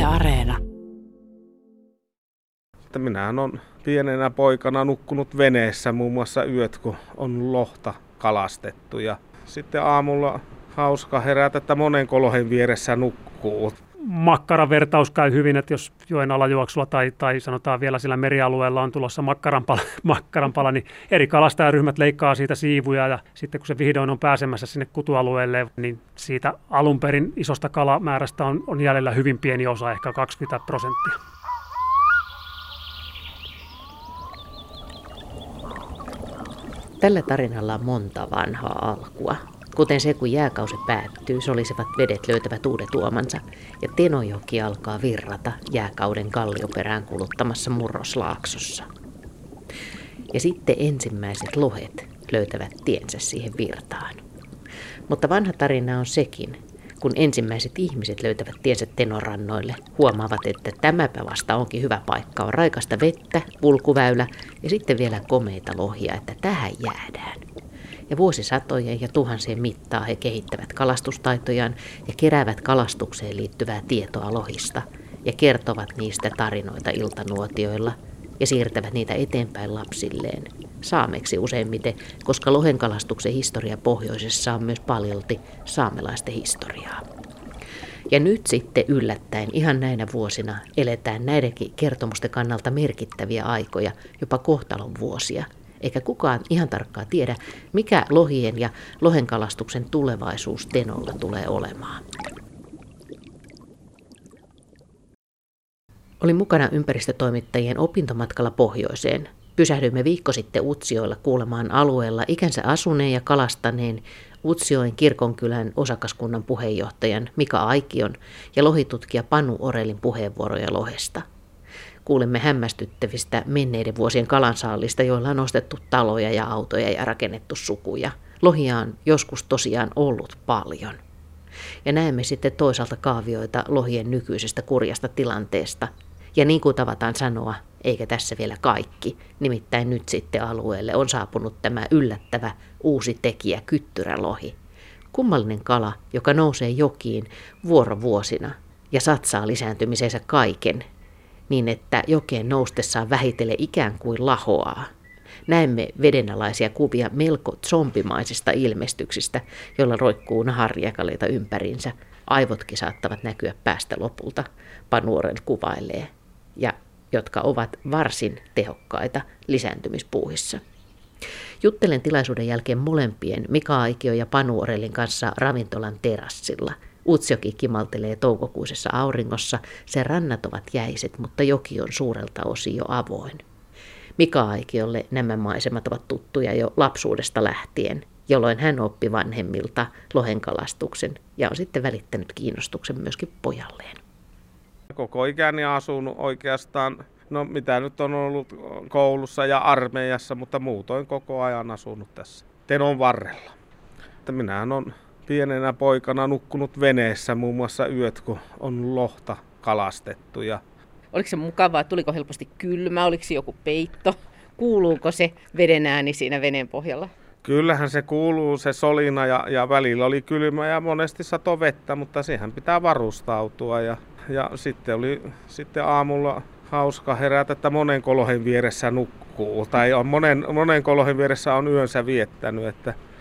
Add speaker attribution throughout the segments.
Speaker 1: Yle Areena.
Speaker 2: Minähän olen pienenä poikana nukkunut veneessä muun muassa yöt, kun on lohta kalastettu. Ja sitten aamulla hauska herätä, että monenko lohen vieressä nukkuu.
Speaker 3: Makkaravertaus käy hyvin, että jos joen alajuoksulla tai sanotaan vielä sillä merialueella on tulossa makkaranpala, niin eri kalastajaryhmät leikkaa siitä siivuja ja sitten kun se vihdoin on pääsemässä sinne kutualueelle, niin siitä alun perin isosta kalamäärästä on jäljellä hyvin pieni osa, ehkä 20%.
Speaker 4: Tällä tarinalla on monta vanhaa alkua. Kuten se, kun jääkausi päättyy, solisevat vedet löytävät uudet uomansa ja Tenojoki alkaa virrata jääkauden kallioperään kuluttamassa murroslaaksossa. Ja sitten ensimmäiset lohet löytävät tiensä siihen virtaan. Mutta vanha tarina on sekin, kun ensimmäiset ihmiset löytävät tiensä Tenorannoille, huomaavat, että tämäpä vasta onkin hyvä paikka. On raikasta vettä, kulkuväylä ja sitten vielä komeita lohia, että tähän jäädään. Ja vuosisatojen ja tuhansien mittaa he kehittävät kalastustaitojaan ja keräävät kalastukseen liittyvää tietoa lohista ja kertovat niistä tarinoita iltanuotioilla ja siirtävät niitä eteenpäin lapsilleen. Saameksi useimmiten, koska lohenkalastuksen historia pohjoisessa on myös paljolti saamelaisten historiaa. Ja nyt sitten yllättäen ihan näinä vuosina eletään näidenkin kertomusten kannalta merkittäviä aikoja, jopa kohtalon vuosia. Eikä kukaan ihan tarkkaan tiedä, mikä lohien ja lohenkalastuksen tulevaisuus Tenolla tulee olemaan. Olin mukana ympäristötoimittajien opintomatkalla pohjoiseen. Pysähdyimme viikko sitten Utsjoella kuulemaan alueella ikänsä asuneen ja kalastaneen Utsjoen kirkonkylän osakaskunnan puheenjohtajan Mika Aikion ja lohitutkija Panu Orellin puheenvuoroja lohesta. Kuulimme hämmästyttävistä menneiden vuosien kalansaalista, joilla on ostettu taloja ja autoja ja rakennettu sukuja. Lohia on joskus tosiaan ollut paljon. Ja näemme sitten toisaalta kaavioita lohien nykyisestä kurjasta tilanteesta. Ja niin kuin tavataan sanoa, eikä tässä vielä kaikki, nimittäin nyt sitten alueelle on saapunut tämä yllättävä uusi tekijä, kyttyrälohi. Kummallinen kala, joka nousee jokiin vuorovuosina ja satsaa lisääntymisensä kaiken, niin että jokeen noustessaan vähitellen ikään kuin lahoaa. Näemme vedenalaisia kuvia melko zombimaisista ilmestyksistä, joilla roikkuu nahanriekaleita ympärinsä. Aivotkin saattavat näkyä päästä lopulta, Panu Orell kuvailee, ja jotka ovat varsin tehokkaita lisääntymispuuhissa. Juttelen tilaisuuden jälkeen molempien Mika Aikio ja Panu Orellin kanssa ravintolan terassilla. Utsjoki kimaltelee toukokuisessa auringossa, sen rannat ovat jäiset, mutta joki on suurelta osin jo avoin. Mika Aikiolle nämä maisemat ovat tuttuja jo lapsuudesta lähtien, jolloin hän oppi vanhemmilta lohenkalastuksen ja on sitten välittänyt kiinnostuksen myöskin pojalleen.
Speaker 2: Koko ikäni asunut oikeastaan, mitä nyt on ollut koulussa ja armeijassa, mutta muutoin koko ajan asunut tässä Tenon varrella. Minähän olen pienenä poikana nukkunut veneessä muun muassa yöt, kun on lohta kalastettu.
Speaker 5: Oliko se mukavaa? Tuliko helposti kylmä? Oliko se joku peitto? Kuuluuko se veden ääni siinä veneen pohjalla?
Speaker 2: Kyllähän se kuuluu, se solina ja välillä oli kylmä ja monesti satoi vettä, mutta siihen pitää varustautua. Ja sitten oli aamulla hauska herätä, että monenko lohen vieressä nukkuu. Tai monenko lohen vieressä on yönsä viettänyt.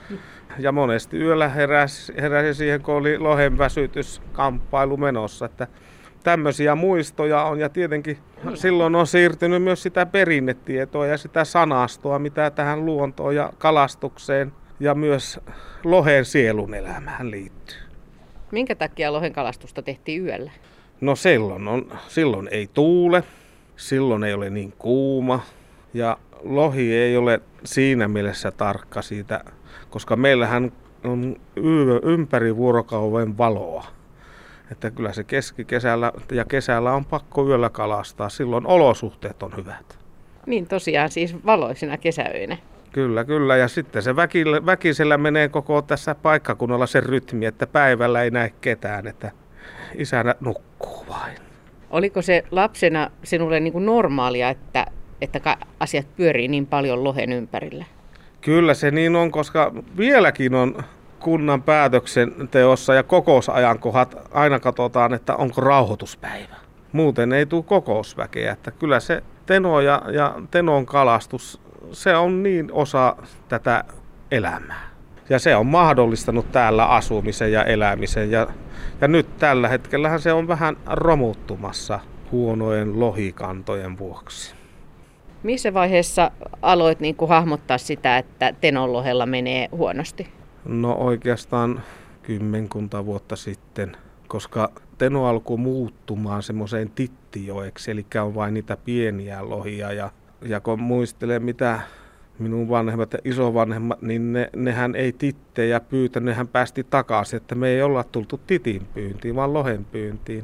Speaker 2: Ja monesti yöllä heräsi siihen, kun oli lohen väsytyskamppailu menossa. Että tämmöisiä muistoja on ja tietenkin silloin on siirtynyt myös sitä perinnetietoa ja sitä sanastoa, mitä tähän luontoon ja kalastukseen ja myös lohen sielun elämään liittyy.
Speaker 5: Minkä takia lohen kalastusta tehtiin yöllä?
Speaker 2: No silloin ei tuule, silloin ei ole niin kuuma ja lohi ei ole siinä mielessä tarkka siitä, koska meillähän on ympäri vuorokauden valoa. Että kyllä se keskikesällä ja kesällä on pakko yöllä kalastaa, silloin olosuhteet on hyvät.
Speaker 5: Niin tosiaan siis valoisina kesäöinä.
Speaker 2: Kyllä. Ja sitten se väkisellä menee koko tässä paikkakunnalla se rytmi, että päivällä ei näe ketään, että isänä nukkuu vain.
Speaker 5: Oliko se lapsena sinulle niin kuin normaalia, että asiat pyörii niin paljon lohen ympärillä?
Speaker 2: Kyllä se niin on, koska vieläkin on kunnan päätöksenteossa ja kokousajankohdat aina katsotaan, että onko rauhoituspäivä. Muuten ei tule kokousväkeä, että kyllä se teno ja tenon kalastus, se on niin osa tätä elämää. Ja se on mahdollistanut täällä asumisen ja elämisen ja nyt tällä hetkellähän se on vähän romuttumassa huonojen lohikantojen vuoksi.
Speaker 5: Missä vaiheessa aloit niin kuin hahmottaa sitä, että tenonlohella menee huonosti?
Speaker 2: No oikeastaan 10 vuotta sitten, koska teno alkoi muuttumaan semmoiseen tittijoeksi, eli on vain niitä pieniä lohia. Ja kun muistelee, mitä minun vanhemmat ja isovanhemmat, niin nehän ei tittejä pyytänyt, nehän päästi takaisin, että me ei olla tultu titin pyyntiin, vaan lohen pyyntiin.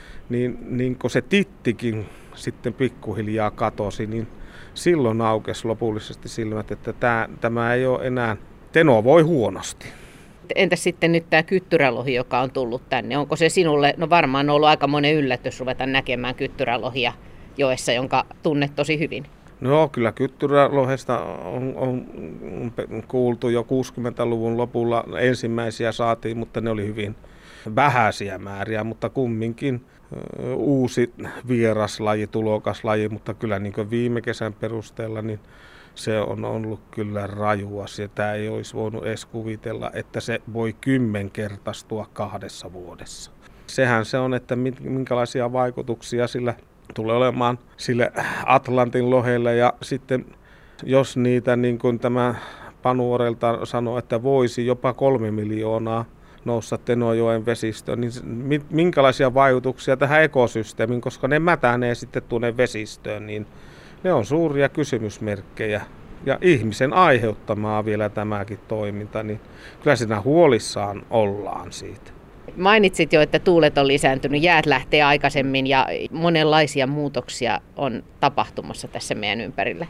Speaker 2: Niin kun se tittikin sitten pikkuhiljaa katosi, niin silloin aukesi lopullisesti silmät, että tämä ei ole enää, teno voi huonosti.
Speaker 5: Entäs sitten nyt tämä kyttyrälohi, joka on tullut tänne? Onko se sinulle, no varmaan on ollut aika monen yllätys ruveta näkemään kyttyrälohia joessa, jonka tunnet tosi hyvin?
Speaker 2: No kyllä kyttyrälohesta on kuultu jo 60-luvun lopulla. Ensimmäisiä saatiin, mutta ne oli hyvin vähäisiä määriä, mutta kumminkin uusi vieraslaji, tulokaslaji, mutta kyllä niin kuin viime kesän perusteella niin se on ollut kyllä rajua. Sitä ei olisi voinut edes kuvitella, että se voi 10-kertaistua 2 vuodessa. Sehän se on, että minkälaisia vaikutuksia sillä tulee olemaan sille Atlantin lohelle ja sitten jos niitä niin kuin tämä Panuorelta sanoo, että voisi jopa 3 miljoonaa nousta Tenojoen vesistöön, niin minkälaisia vaikutuksia tähän ekosysteemiin, koska ne mätänee sitten tuonne vesistöön, niin ne on suuria kysymysmerkkejä. Ja ihmisen aiheuttamaa vielä tämäkin toiminta, niin kyllä siinä huolissaan ollaan siitä.
Speaker 5: Mainitsit jo, että tuulet on lisääntynyt, jäät lähtee aikaisemmin ja monenlaisia muutoksia on tapahtumassa tässä meidän ympärillä.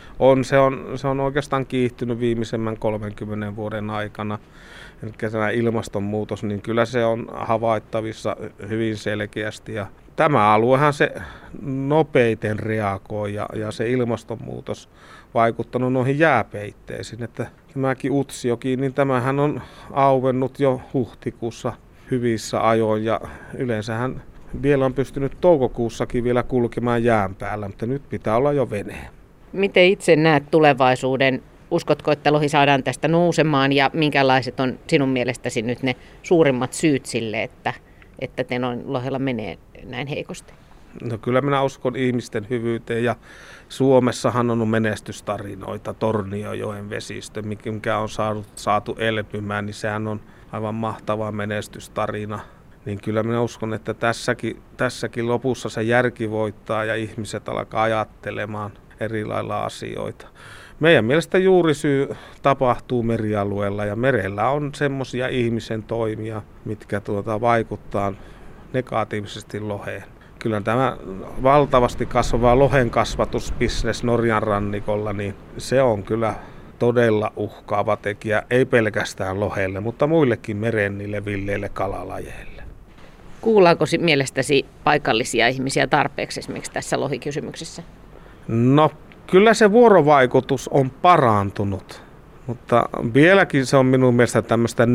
Speaker 2: Se on oikeastaan kiihtynyt viimeisemmän 30 vuoden aikana. Eli tämä ilmastonmuutos, niin kyllä se on havaittavissa hyvin selkeästi. Ja tämä aluehan se nopeiten reagoi ja se ilmastonmuutos vaikuttanut noihin jääpeitteisiin. Että tämäkin Utsjoki, niin tämähän on auennut jo huhtikuussa hyvissä ajoin ja yleensähän vielä on pystynyt toukokuussakin vielä kulkemaan jään päällä, mutta nyt pitää olla jo veneen.
Speaker 5: Miten itse näet tulevaisuuden? Uskotko, että lohi saadaan tästä nousemaan ja minkälaiset on sinun mielestäsi nyt ne suurimmat syyt sille, että tenon lohella menee näin heikosti?
Speaker 2: No kyllä minä uskon ihmisten hyvyyteen ja Suomessahan on menestystarinoita, Tornionjoen vesistö, mikä on saatu elpymään, niin sehän on aivan mahtava menestystarina. Niin kyllä minä uskon, että tässäkin lopussa se järki voittaa ja ihmiset alkaa ajattelemaan eri lailla asioita. Meidän mielestä juurisyy tapahtuu merialueella ja merellä on semmoisia ihmisen toimia, mitkä vaikuttaa negatiivisesti loheen. Kyllä tämä valtavasti kasvava lohen kasvatusbisnes Norjan rannikolla, niin se on kyllä todella uhkaava tekijä, ei pelkästään lohelle, mutta muillekin meren niille villeille kalalajeille.
Speaker 5: Kuullaanko mielestäsi paikallisia ihmisiä tarpeeksi esimerkiksi tässä lohikysymyksessä?
Speaker 2: No kyllä se vuorovaikutus on parantunut, mutta vieläkin se on minun mielestä tämmöistä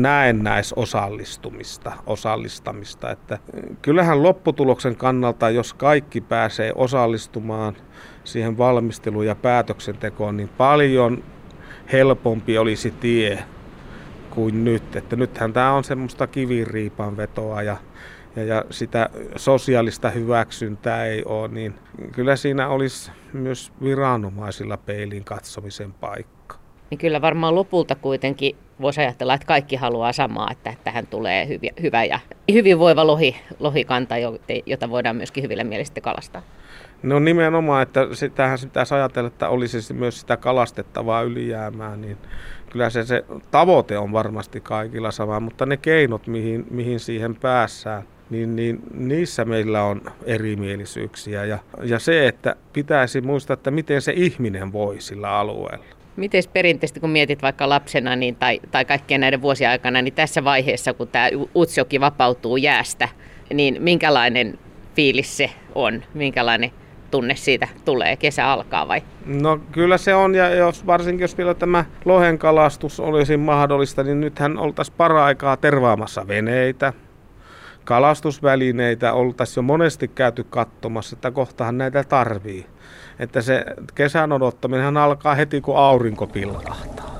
Speaker 2: osallistamista, että kyllähän lopputuloksen kannalta, jos kaikki pääsee osallistumaan siihen valmisteluun ja päätöksentekoon, niin paljon helpompi olisi tie kuin nyt. Että nythän tämä on semmoista kivinriipan vetoa ja sitä sosiaalista hyväksyntää ei ole, niin kyllä siinä olisi myös viranomaisilla peiliin katsomisen paikka.
Speaker 5: Niin kyllä varmaan lopulta kuitenkin voisi ajatella, että kaikki haluaa samaa, että tähän tulee hyvä ja hyvinvoiva lohikanta, jota voidaan myöskin hyvillä mielin sitten kalastaa.
Speaker 2: No nimenomaan, että tähän pitäisi ajatella, että olisi myös sitä kalastettavaa ylijäämää, niin kyllä se tavoite on varmasti kaikilla sama, mutta ne keinot, mihin siihen päässään, niin niissä meillä on erimielisyyksiä. Ja se, että pitäisi muistaa, että miten se ihminen voi sillä alueella.
Speaker 5: Miten perinteisesti, kun mietit vaikka lapsena niin, tai kaikkien näiden vuosien aikana, niin tässä vaiheessa, kun tämä Utsjoki vapautuu jäästä, niin minkälainen fiilis se on? Minkälainen tunne siitä tulee? Kesä alkaa vai?
Speaker 2: No kyllä se on, ja varsinkin jos vielä tämä lohen kalastus olisi mahdollista, niin nythän oltaisiin para-aikaa tervaamassa veneitä. kalastusvälineitä oltaisiin jo monesti käyty katsomassa, että kohtahan näitä tarvii. Että se kesän odottaminen alkaa heti, kun aurinko pilkahtaa.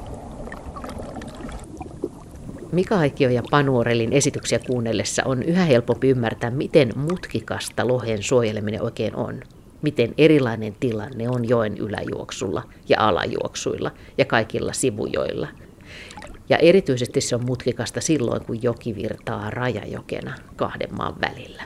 Speaker 4: Mika Aikio ja Panu Orellin esityksiä kuunnellessa on yhä helpompi ymmärtää, miten mutkikasta lohen suojeleminen oikein on. Miten erilainen tilanne on joen yläjuoksulla ja alajuoksuilla ja kaikilla sivujoilla. Ja erityisesti se on mutkikasta silloin, kun joki virtaa rajajokena kahden maan välillä.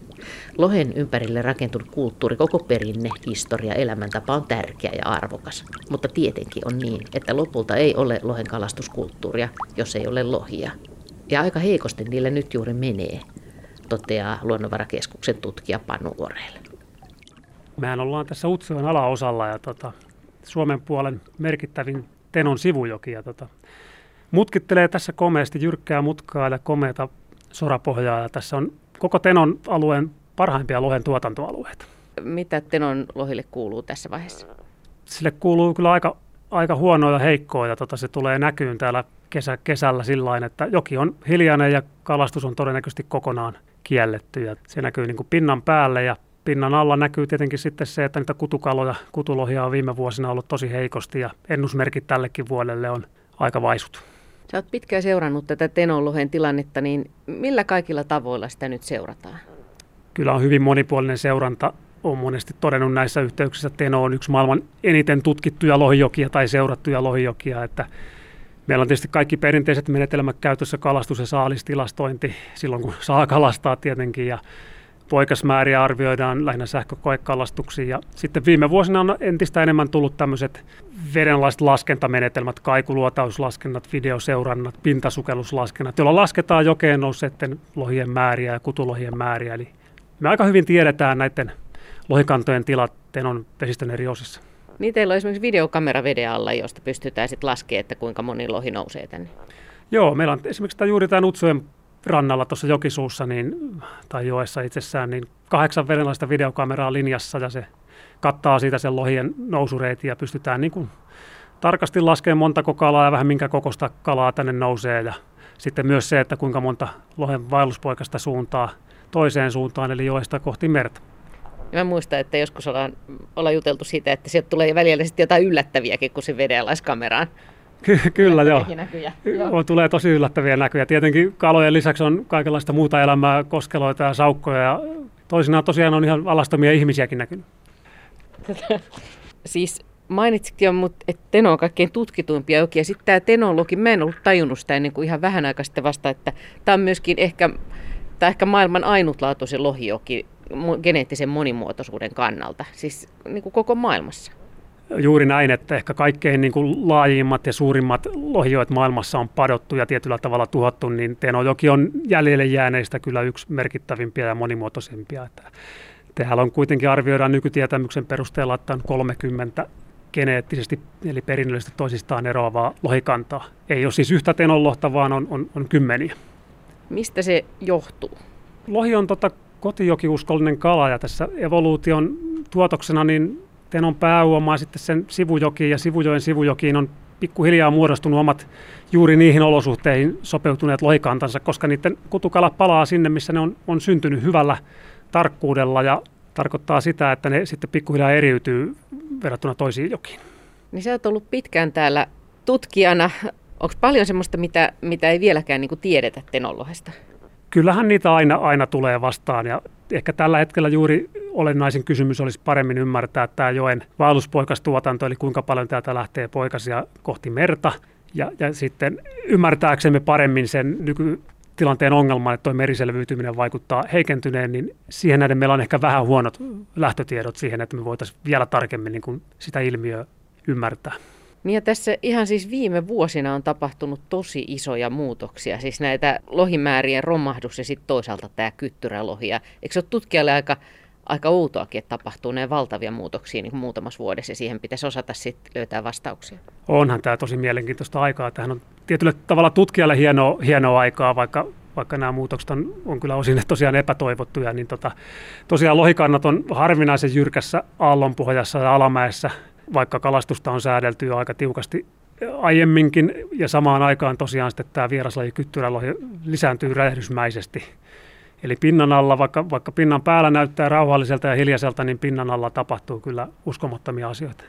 Speaker 4: Lohen ympärille rakentunut kulttuuri, koko perinne, historia, elämäntapa on tärkeä ja arvokas. Mutta tietenkin on niin, että lopulta ei ole lohen kalastuskulttuuria, jos ei ole lohia. Ja aika heikosti niille nyt juuri menee, toteaa Luonnonvarakeskuksen tutkija Panu Orell.
Speaker 3: Mehän ollaan tässä Utsjoen alaosalla ja Suomen puolen merkittävin Tenon sivujoki. Ja mutkittelee tässä komeasti jyrkkää mutkaa ja komeata sorapohjaa. Ja tässä on koko Tenon alueen parhaimpia lohen tuotantoalueita.
Speaker 5: Mitä Tenon lohille kuuluu tässä vaiheessa?
Speaker 3: Sille kuuluu kyllä aika huonoa ja heikkoa ja se tulee näkyyn täällä kesällä sillain, että joki on hiljainen ja kalastus on todennäköisesti kokonaan kielletty. Ja se näkyy niin kuin pinnan päälle ja pinnan alla näkyy tietenkin sitten se, että niitä kutukaloja, kutulohia on viime vuosina ollut tosi heikosti ja ennusmerkit tällekin vuodelle on aika vaisut.
Speaker 5: Sä oot pitkään seurannut tätä Tenon lohen tilannetta, niin millä kaikilla tavoilla sitä nyt seurataan?
Speaker 3: Kyllä on hyvin monipuolinen seuranta. Olen monesti todennut näissä yhteyksissä, että Teno on yksi maailman eniten tutkittuja lohijokia tai seurattuja lohijokia. Että meillä on tietysti kaikki perinteiset menetelmät käytössä, kalastus- ja saalistilastointi silloin, kun saa kalastaa tietenkin. Ja poikasmääriä arvioidaan lähinnä sähkökoekalastuksiin. Ja sitten viime vuosina on entistä enemmän tullut tämmöiset vedenlaiset laskentamenetelmät, kaikuluotauslaskennat, videoseurannat, pintasukelluslaskennat, joilla lasketaan jokeen nousseiden lohien määriä ja kutulohien määriä. Eli me aika hyvin tiedetään näiden lohikantojen tilat Tenon vesistön eri osissa.
Speaker 5: Niin teillä on esimerkiksi videokamera veden alla, josta pystytään sitten laskemaan, että kuinka moni lohi nousee tänne.
Speaker 3: Joo, meillä on esimerkiksi juuri tämän Utsjoen rannalla tuossa jokisuussa tai joessa itsessään, niin 8 vedenlaista videokameraa linjassa ja se kattaa siitä sen lohien nousureitin ja pystytään niin kuin tarkasti laskemaan montako kalaa ja vähän minkä kokoista kalaa tänne nousee ja sitten myös se, että kuinka monta lohen vaelluspoikasta suuntaa toiseen suuntaan eli joesta kohti merta.
Speaker 5: Ja mä muistan, että joskus ollaan juteltu siitä, että sieltä tulee välillä sitten jotain yllättäviäkin, kun se vedenlaiskameraan.
Speaker 3: Kyllä, joo.
Speaker 5: Joo.
Speaker 3: Tulee tosi yllättäviä näkyjä. Tietenkin kalojen lisäksi on kaikenlaista muuta elämää, koskeloita ja saukkoja. Ja toisinaan tosiaan on ihan alastomia ihmisiäkin näkynyt.
Speaker 5: Siis mainitsitkin jo, että Teno on kaikkein tutkituimpia jokia. Sitten tämä Tenon lohi, mä en ollut tajunnut sitä ennen kuin ihan vähän aikaa sitten vasta, että tämä on myöskin ehkä maailman ainutlaatuisen lohijoki geneettisen monimuotoisuuden kannalta, siis niin kuin koko maailmassa.
Speaker 3: Juuri näin, että ehkä kaikkein niin kuin laajimmat ja suurimmat lohijoet maailmassa on padottu ja tietyllä tavalla tuhottu, niin Tenojoki on jäljelle jääneistä kyllä yksi merkittävimpiä ja monimuotoisempia. Täällä on kuitenkin arvioidaan nykytietämyksen perusteella, että on 30 geneettisesti eli perinnöllisesti toisistaan eroavaa lohikantaa. Ei ole siis yhtä Tenonlohta, vaan on kymmeniä. Mistä
Speaker 5: se johtuu?
Speaker 3: Lohi on kotijokiuskollinen kala ja tässä evoluution tuotoksena niin Tenon pääuomaa sitten sen sivujokiin ja sivujoen sivujokiin on pikkuhiljaa muodostunut omat juuri niihin olosuhteihin sopeutuneet lohikantansa, koska niiden kutukalat palaa sinne, missä ne on syntynyt hyvällä tarkkuudella ja tarkoittaa sitä, että ne sitten pikkuhiljaa eriytyy verrattuna toisiin jokiin.
Speaker 5: Niin sä oot ollut pitkään täällä tutkijana. Onko paljon semmoista, mitä ei vieläkään niin kuin tiedetä Tenonlohesta?
Speaker 3: Kyllähän niitä aina tulee vastaan ja ehkä tällä hetkellä juuri olennaisin kysymys olisi paremmin ymmärtää tämä joen vaelluspoikastuotanto, eli kuinka paljon täältä lähtee poikasia kohti merta ja sitten ymmärtääksemme paremmin sen nykytilanteen ongelman, että tuo meriselviytyminen vaikuttaa heikentyneen, niin siihen nähden meillä on ehkä vähän huonot lähtötiedot siihen, että me voitaisiin vielä tarkemmin niin kuin sitä ilmiöä ymmärtää.
Speaker 5: Niin ja tässä ihan siis viime vuosina on tapahtunut tosi isoja muutoksia, siis näitä lohimäärien romahdus ja sitten toisaalta tämä kyttyrälohi. Eikö se ole tutkijalle aika outoakin, että tapahtuu näin valtavia muutoksia niin muutamassa vuodessa ja siihen pitäisi osata sitten löytää vastauksia?
Speaker 3: Onhan tämä tosi mielenkiintoista aikaa. Tämähän on tietyllä tavalla tutkijalle hienoa aikaa, vaikka nämä muutokset on kyllä osin tosiaan epätoivottuja, niin tosiaan lohikannat on harvinaisen jyrkässä aallonpohjassa ja alamäessä, vaikka kalastusta on säädelty jo aika tiukasti aiemminkin, ja samaan aikaan tosiaan sitten tämä vieraslaji kyttyrälohi lisääntyy räjähdysmäisesti. Eli pinnan alla, vaikka pinnan päällä näyttää rauhalliselta ja hiljaiselta, niin pinnan alla tapahtuu kyllä uskomattomia asioita.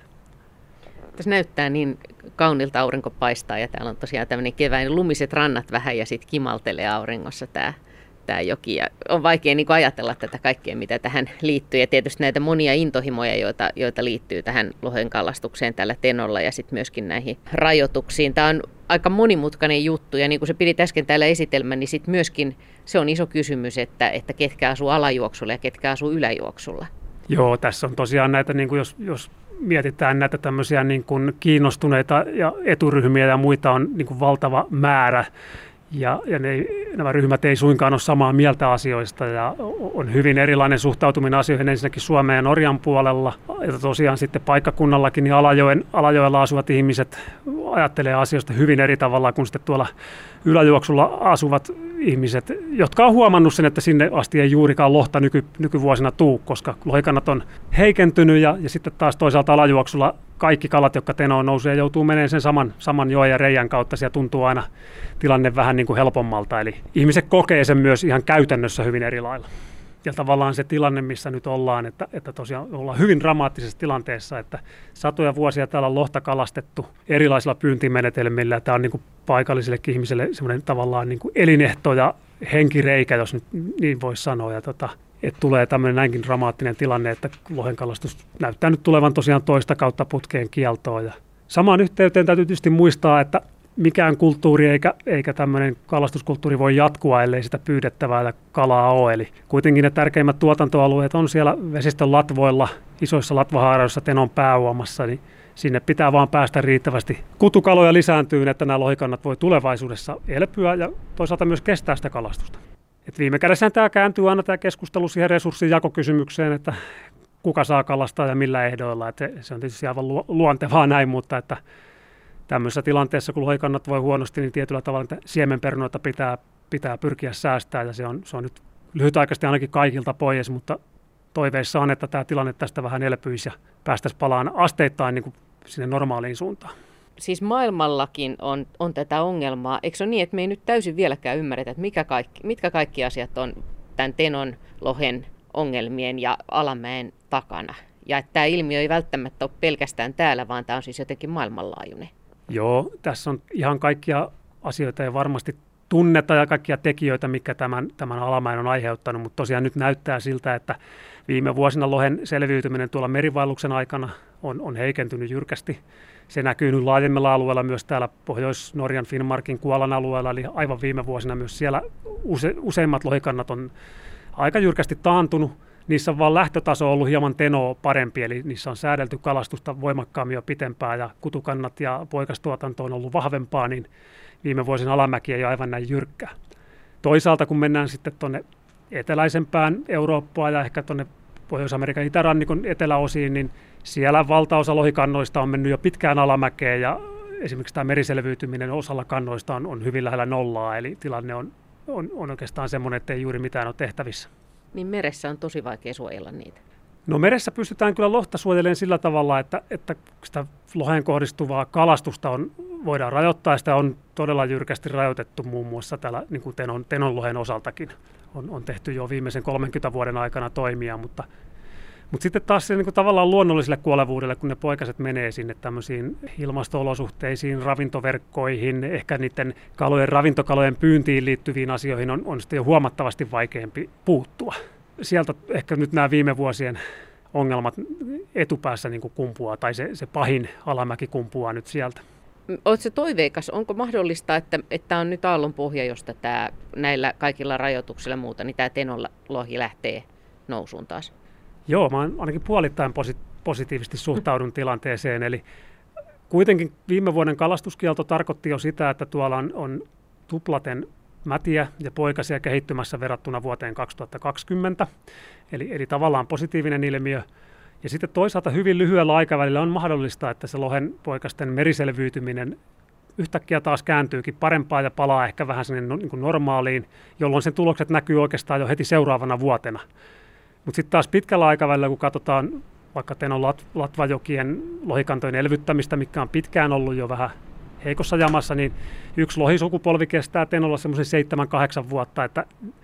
Speaker 5: Tässä näyttää niin kaunilta, aurinko paistaa ja täällä on tosiaan tämmöinen keväinen lumiset rannat vähän ja sitten kimaltelee auringossa tämä joki. Ja on vaikea niin kuin ajatella tätä kaikkea, mitä tähän liittyy. Ja tietysti näitä monia intohimoja, joita liittyy tähän lohen kalastukseen tällä Tenolla ja sitten myöskin näihin rajoituksiin. Tämä on aika monimutkainen juttu ja niin kuin se pidit äsken täällä esitelmän, niin sitten myöskin se on iso kysymys, että ketkä asuu alajuoksulla ja ketkä asuu yläjuoksulla.
Speaker 3: Joo, tässä on tosiaan näitä, niin kuin jos mietitään näitä tämmöisiä niin kuin kiinnostuneita ja eturyhmiä ja muita on niin kuin valtava määrä. Ja nämä ryhmät ei suinkaan ole samaa mieltä asioista ja on hyvin erilainen suhtautuminen asioihin ensinnäkin Suomen ja Norjan puolella. Ja tosiaan sitten paikkakunnallakin niin Alajoella asuvat ihmiset ajattelee asioista hyvin eri tavalla kuin sitten tuolla yläjuoksulla asuvat ihmiset, jotka on huomannut sen, että sinne asti ei juurikaan lohta nykyvuosina tuu, koska lohikannat on heikentynyt ja sitten taas toisaalta alajuoksulla kaikki kalat, jotka Tenoon nousee, joutuu menemään sen saman joen ja reijän kautta. Siellä tuntuu aina tilanne vähän niin kuin helpommalta. Eli ihmiset kokee sen myös ihan käytännössä hyvin eri lailla. Ja tavallaan se tilanne, missä nyt ollaan, että tosiaan ollaan hyvin dramaattisessa tilanteessa, että satoja vuosia täällä on lohta kalastettu erilaisilla pyyntimenetelmillä. Tämä on niin kuin paikallisillekin ihmisille semmoinen tavallaan niin kuin elinehto ja henkireikä, jos nyt niin voisi sanoa. Ja että tulee tämmöinen näinkin dramaattinen tilanne, että lohenkalastus näyttää nyt tulevan tosiaan toista kautta putkeen kieltoon. Ja samaan yhteyteen täytyy tietysti muistaa, että mikään kulttuuri eikä tämmöinen kalastuskulttuuri voi jatkua, ellei sitä pyydettävää ja kalaa ole. Eli kuitenkin ne tärkeimmät tuotantoalueet on siellä vesistön latvoilla, isoissa latvahaaroissa Tenon pääuomassa, niin sinne pitää vaan päästä riittävästi kutukaloja lisääntyyn, että nämä lohikannat voi tulevaisuudessa elpyä ja toisaalta myös kestää sitä kalastusta. Et viime kädessä tämä kääntyy aina tämä keskustelu siihen resurssin jakokysymykseen, että kuka saa kalastaa ja millä ehdoilla. Et se on tietysti aivan luontevaa näin, mutta että tämmöisessä tilanteessa, kun lohikannat voi huonosti, niin tietyllä tavalla siemenperunoita pitää pyrkiä säästämään ja se on nyt lyhytaikaisesti ainakin kaikilta pois, mutta toiveissa on, että tämä tilanne tästä vähän elpyisi ja päästäisiin palaan asteittain niin kuin sinne normaaliin suuntaan.
Speaker 5: Siis maailmallakin on tätä ongelmaa. Eikö se ole niin, että me ei nyt täysin vieläkään ymmärretä, että mitkä kaikki asiat on tämän Tenon lohen ongelmien ja alamäen takana? Ja että tämä ilmiö ei välttämättä ole pelkästään täällä, vaan tämä on siis jotenkin maailmanlaajuinen.
Speaker 3: Joo, tässä on ihan kaikkia asioita ja varmasti tunneta ja kaikkia tekijöitä, mikä tämän alamäen on aiheuttanut, mutta tosiaan nyt näyttää siltä, että viime vuosina lohen selviytyminen tuolla merivaelluksen aikana on heikentynyt jyrkästi. Se näkyy nyt laajemmilla alueilla myös täällä Pohjois-Norjan, Finnmarkin, Kuolan alueella, eli aivan viime vuosina myös siellä useimmat lohikannat on aika jyrkästi taantunut. Niissä on vaan lähtötaso ollut hieman Tenoa parempi, eli niissä on säädelty kalastusta voimakkaammin jo pitempään ja kutukannat ja poikastuotanto on ollut vahvempaa, niin viime vuosina alamäki ei ole aivan näin jyrkkää. Toisaalta kun mennään sitten tuonne eteläisempään Eurooppaan ja ehkä tuonne Pohjois-Amerikan itärannikon eteläosiin, niin siellä valtaosa lohikannoista on mennyt jo pitkään alamäkeen ja esimerkiksi tämä meriselviytyminen osalla kannoista on hyvin lähellä nollaa, eli tilanne on oikeastaan semmoinen, että ei juuri mitään ole tehtävissä.
Speaker 5: Niin meressä on tosi vaikea suojella niitä.
Speaker 3: No meressä pystytään kyllä lohta suojelemaan sillä tavalla, että sitä loheen kohdistuvaa kalastusta voidaan rajoittaa. Sitä on todella jyrkästi rajoitettu muun muassa täällä niin kuin Tenon lohen osaltakin. On tehty jo viimeisen 30 vuoden aikana toimia, mutta sitten taas se niin kuin tavallaan luonnolliselle kuolevuudelle, kun ne poikaset menee sinne tämmöisiin ilmasto-olosuhteisiin, ravintoverkkoihin, ehkä niiden ravintokalojen pyyntiin liittyviin asioihin on sitten jo huomattavasti vaikeampi puuttua. Sieltä ehkä nyt nämä viime vuosien ongelmat etupäässä niin kuin kumpuaa, tai se pahin alamäki kumpuaa nyt sieltä.
Speaker 5: Oletko toiveikas? Onko mahdollista, että on nyt aallonpohja, josta näillä kaikilla rajoituksilla ja muuta, niin tämä Tenon lohi lähtee nousuun taas?
Speaker 3: Joo, mä ainakin puolittain positiivisesti suhtaudun tilanteeseen. Eli kuitenkin viime vuoden kalastuskielto tarkoitti jo sitä, että tuolla on tuplaten mätiä ja poikasia kehittymässä verrattuna vuoteen 2020. Eli tavallaan positiivinen ilmiö. Ja sitten toisaalta hyvin lyhyellä aikavälillä on mahdollista, että se lohen poikasten meriselviytyminen yhtäkkiä taas kääntyykin parempaa ja palaa ehkä vähän sinne niin kuin normaaliin, jolloin sen tulokset näkyy oikeastaan jo heti seuraavana vuotena. Mutta sitten taas pitkällä aikavälillä, kun katsotaan vaikka Tenon latvajokien lohikantojen elvyttämistä, mikä on pitkään ollut jo vähän heikossa jamassa, niin yksi lohisukupolvi kestää Tenolla semmoisen 7-8 vuotta, että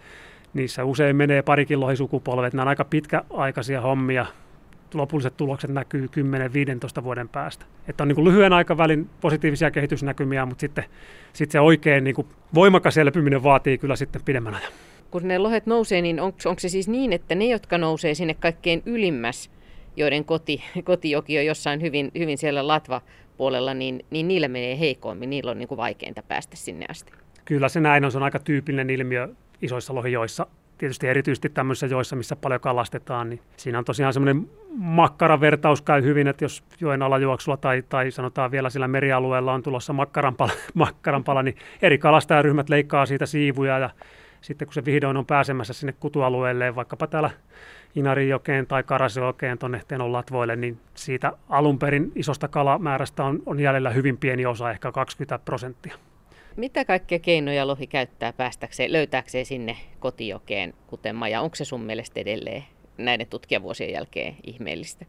Speaker 3: niissä usein menee parikin lohisukupolvet. Nämä on aika pitkäaikaisia hommia. Lopulliset tulokset näkyy 10-15 vuoden päästä. Että on niin kuin lyhyen aikavälin positiivisia kehitysnäkymiä, mutta sitten se oikein niin kuin voimakas elpyminen vaatii kyllä sitten pidemmän ajan.
Speaker 5: Kun ne lohet nousee, niin onko se siis niin, että ne, jotka nousee sinne kaikkein ylimmäs, joiden kotijoki on jossain hyvin siellä latvapuolella, niin niillä menee heikommin, niillä on niin kuin vaikeinta päästä sinne asti?
Speaker 3: Kyllä se näin on, se on aika tyypillinen ilmiö isoissa lohijoissa. Tietysti erityisesti tämmöisissä joissa, missä paljon kalastetaan, niin siinä on tosiaan semmoinen makkaravertaus käy hyvin, että jos joen alajuoksulla tai sanotaan vielä sillä merialueella on tulossa makkaranpala, niin eri kalastajaryhmät leikkaa siitä siivuja ja sitten kun se vihdoin on pääsemässä sinne kutualueelle, vaikkapa täällä Inarijokeen tai Karasjokeen tuonne Tenon latvoille, niin siitä alun perin isosta kalamäärästä on jäljellä hyvin pieni osa, ehkä 20%.
Speaker 5: Mitä kaikkia keinoja lohi käyttää löytääkseen sinne kotijokeen, kuten Maja? Onko se sun mielestä edelleen näiden tutkijavuosien jälkeen ihmeellistä?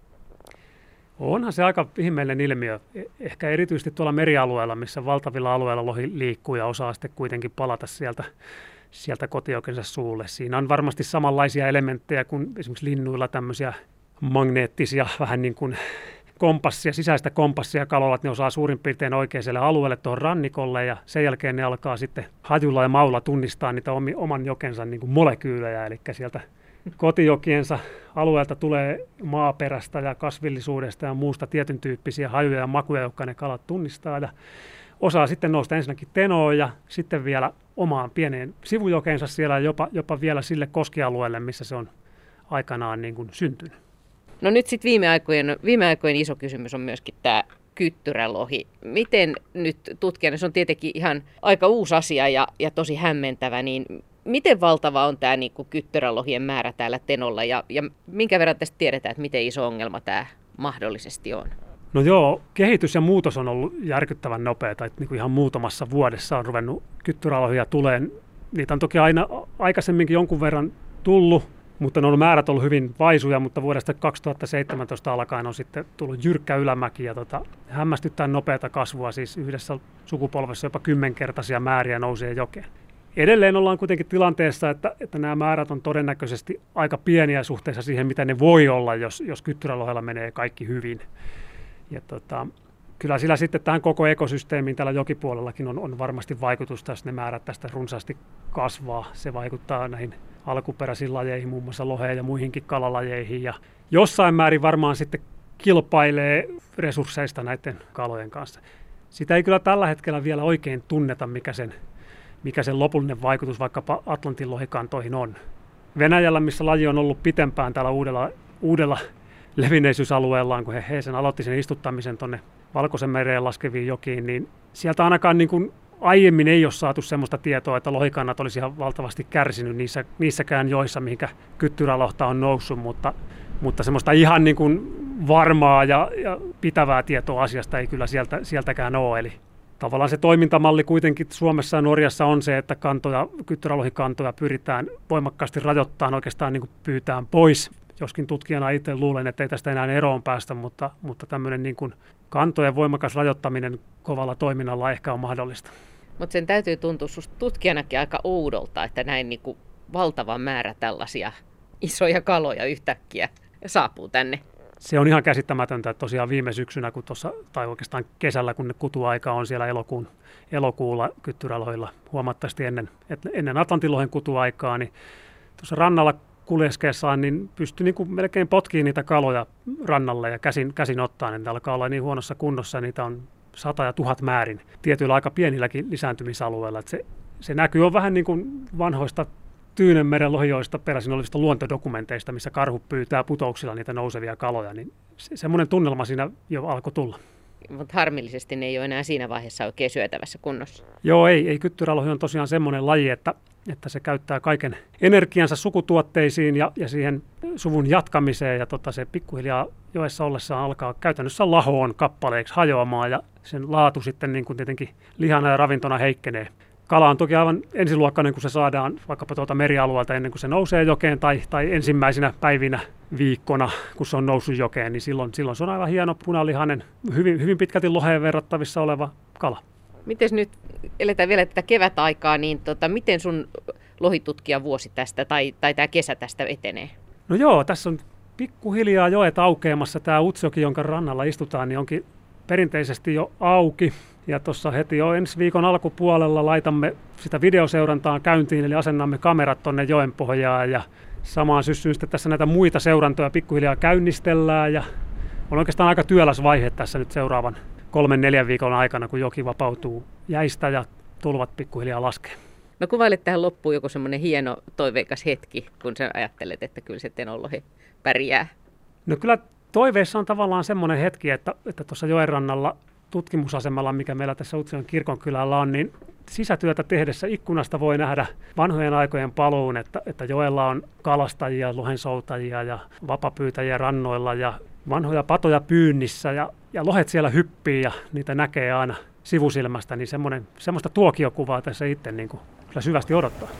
Speaker 3: Onhan se aika ihmeellinen ilmiö. Ehkä erityisesti tuolla merialueella, missä valtavilla alueilla lohi liikkuu ja osaa sitten kuitenkin palata sieltä kotijokensa suulle. Siinä on varmasti samanlaisia elementtejä kuin esimerkiksi linnuilla tämmöisiä magneettisia, vähän niin kuin sisäistä kompassia kalolla, että ne osaa suurin piirtein oikeaiselle alueelle tuohon rannikolle ja sen jälkeen ne alkaa sitten hajulla ja maulla tunnistaa niitä oman jokensa niin kuin molekyylejä, eli sieltä kotijokiensa alueelta tulee maaperästä ja kasvillisuudesta ja muusta tietyn tyyppisiä hajuja ja makuja, jotka ne kalat tunnistaa ja osaa sitten nousta ensinnäkin Tenoon ja sitten vielä omaan pieneen sivujokeensa siellä jopa vielä sille koskialueelle, missä se on aikanaan niin kuin syntynyt.
Speaker 5: No nyt sitten viime aikojen iso kysymys on myöskin tämä kyttyrälohi. Miten nyt tutkijana, se on tietenkin ihan aika uusi asia ja tosi hämmentävä, niin miten valtava on tämä niin kuin kyttyrälohien määrä täällä Tenolla ja minkä verran tästä tiedetään, että miten iso ongelma tämä mahdollisesti on?
Speaker 3: No joo, kehitys ja muutos on ollut järkyttävän nopeata, että niin kuin ihan muutamassa vuodessa on ruvennut kyttyrälohia tulemaan. Niitä on toki aina aikaisemminkin jonkun verran tullut, mutta ne on määrät ollut hyvin vaisuja, mutta vuodesta 2017 alkaen on sitten tullut jyrkkä ylämäki ja hämmästyttäen nopeata kasvua, siis yhdessä sukupolvessa jopa 10-kertaisia määriä nousee jokeen. Edelleen ollaan kuitenkin tilanteessa, että nämä määrät on todennäköisesti aika pieniä suhteessa siihen, mitä ne voi olla, jos kyttyrälohella menee kaikki hyvin. Ja kyllä sillä sitten tähän koko ekosysteemiin tällä jokipuolellakin on varmasti vaikutusta, jos ne määrät tästä runsaasti kasvaa. Se vaikuttaa näihin alkuperäisiin lajeihin, muun muassa loheen ja muihinkin kalalajeihin. Ja jossain määrin varmaan sitten kilpailee resursseista näiden kalojen kanssa. Sitä ei kyllä tällä hetkellä vielä oikein tunneta, mikä sen lopullinen vaikutus vaikkapa Atlantin lohikantoihin on. Venäjällä, missä laji on ollut pitempään täällä uudella levinneisyysalueellaan, kun he sen aloitti sen istuttamisen tuonne Valkoisen mereen laskeviin jokiin, niin sieltä ainakaan niin kuin aiemmin ei ole saatu sellaista tietoa, että lohikannat olisi ihan valtavasti kärsinyt niissäkään joissa, mihinkä kyttyrälohta on noussut, mutta semmoista ihan niin kuin varmaa ja pitävää tietoa asiasta ei kyllä sieltäkään ole. Eli tavallaan se toimintamalli kuitenkin Suomessa ja Norjassa on se, että kyttyrälohikantoja pyritään voimakkaasti rajoittamaan, oikeastaan niin kuin pyytään pois. Joskin tutkijana itse luulen, että ei tästä enää eroon päästä, mutta tämmöinen niin kuin kantojen voimakas rajoittaminen kovalla toiminnalla ehkä on mahdollista.
Speaker 5: Mutta sen täytyy tuntua susta tutkijanakin aika oudolta, että näin niin kuin valtava määrä tällaisia isoja kaloja yhtäkkiä saapuu tänne.
Speaker 3: Se on ihan käsittämätöntä, että tosiaan viime syksynä, tai oikeastaan kesällä, kun ne kutuaika on siellä elokuulla kyttyrälohilla huomattavasti ennen Atlantinlohen kutuaikaa, niin tuossa rannalla kuljeskeessaan niin pystyi niin kuin melkein potkimaan niitä kaloja rannalle ja käsin ottaa. Ne alkaa olla niin huonossa kunnossa ja niitä on 100 ja 1000 määrin tietyillä aika pienilläkin lisääntymisalueilla. Että se näkyy on vähän niin kuin vanhoista Tyynenmeren lohijoista peräisin olevista luontodokumenteista, missä karhu pyytää putouksilla niitä nousevia kaloja. Niin semmoinen tunnelma siinä jo alkoi tulla.
Speaker 5: Mutta harmillisesti ne ei ole enää siinä vaiheessa oikein syötävässä kunnossa.
Speaker 3: Joo, ei. Kyttyrälohi on tosiaan semmoinen laji, että se käyttää kaiken energiansa sukutuotteisiin ja siihen suvun jatkamiseen. Ja se pikkuhiljaa joessa ollessaan alkaa käytännössä lahoon kappaleeksi hajoamaan ja sen laatu sitten niin kuin tietenkin lihana ja ravintona heikkenee. Kala on toki aivan ensiluokkainen, kun se saadaan vaikkapa tuolta merialueelta ennen kuin se nousee jokeen tai ensimmäisenä päivinä viikkona, kun se on noussut jokeen, niin silloin se on aivan hieno punalihainen, hyvin pitkälti loheen verrattavissa oleva kala.
Speaker 5: Miten nyt eletään vielä tätä kevätaikaa, niin miten sun lohitutkijavuosi tästä tai tämä kesä tästä etenee?
Speaker 3: No joo, tässä on pikkuhiljaa joet aukeamassa. Tämä Utsjoki, jonka rannalla istutaan, niin onkin perinteisesti jo auki. Ja tuossa heti jo ensi viikon alkupuolella laitamme sitä videoseurantaa käyntiin, eli asennamme kamerat tuonne joen pohjaan. Ja samaan syssyyn sitten tässä näitä muita seurantoja pikkuhiljaa käynnistellään. Ja on oikeastaan aika työläs vaihe tässä nyt seuraavan 3-4 viikon aikana, kun joki vapautuu jäistä ja tulvat pikkuhiljaa laskee.
Speaker 5: No kuvaile tähän loppuun joku semmoinen hieno toiveikas hetki, kun sä ajattelet, että kyllä se Tenonlohi pärjää.
Speaker 3: No kyllä toiveissa on tavallaan semmoinen hetki, että tuossa joenrannalla tutkimusasemalla, mikä meillä tässä Utsjoen kirkonkylällä on, niin sisätyötä tehdessä ikkunasta voi nähdä vanhojen aikojen paluun, että joella on kalastajia, lohensoutajia ja vapapyytäjiä rannoilla ja vanhoja patoja pyynnissä ja lohet siellä hyppii ja niitä näkee aina sivusilmästä, niin semmoista tuokiokuvaa tässä itse niin kuin kyllä syvästi odottaa.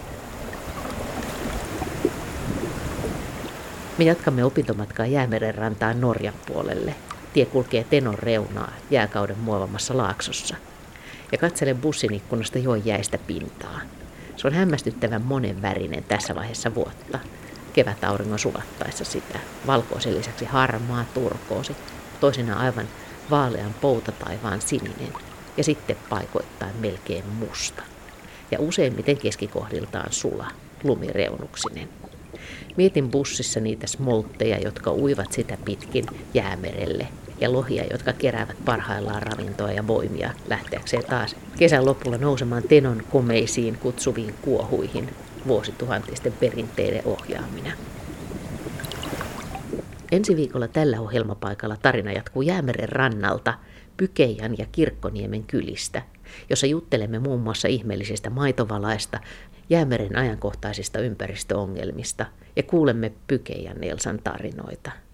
Speaker 4: Me jatkamme opintomatkaa Jäämeren rantaan Norjan puolelle. Tie kulkee Tenon reunaa jääkauden muovamassa laaksossa. Ja katselen bussin ikkunasta joen jäistä pintaa. Se on hämmästyttävän monenvärinen tässä vaiheessa vuotta. Kevätauringon sulattaessa sitä. Valkoisen lisäksi harmaa, turkoosi, toisinaan aivan vaalean poutataivaan sininen ja sitten paikoittain melkein musta. Ja useimmiten keskikohdiltaan sula, lumireunuksinen. Mietin bussissa niitä smoltteja, jotka uivat sitä pitkin Jäämerelle ja lohia, jotka keräävät parhaillaan ravintoa ja voimia lähteäkseen taas kesän lopulla nousemaan Tenon komeisiin kutsuviin kuohuihin vuosituhantisten perinteiden ohjaamina. Ensi viikolla tällä ohjelmapaikalla tarina jatkuu Jäämeren rannalta Pykejän ja Kirkkoniemen kylistä, jossa juttelemme muun muassa ihmeellisistä maitovalaista, Jäämeren ajankohtaisista ympäristöongelmista ja kuulemme Pykejän Elsan tarinoita.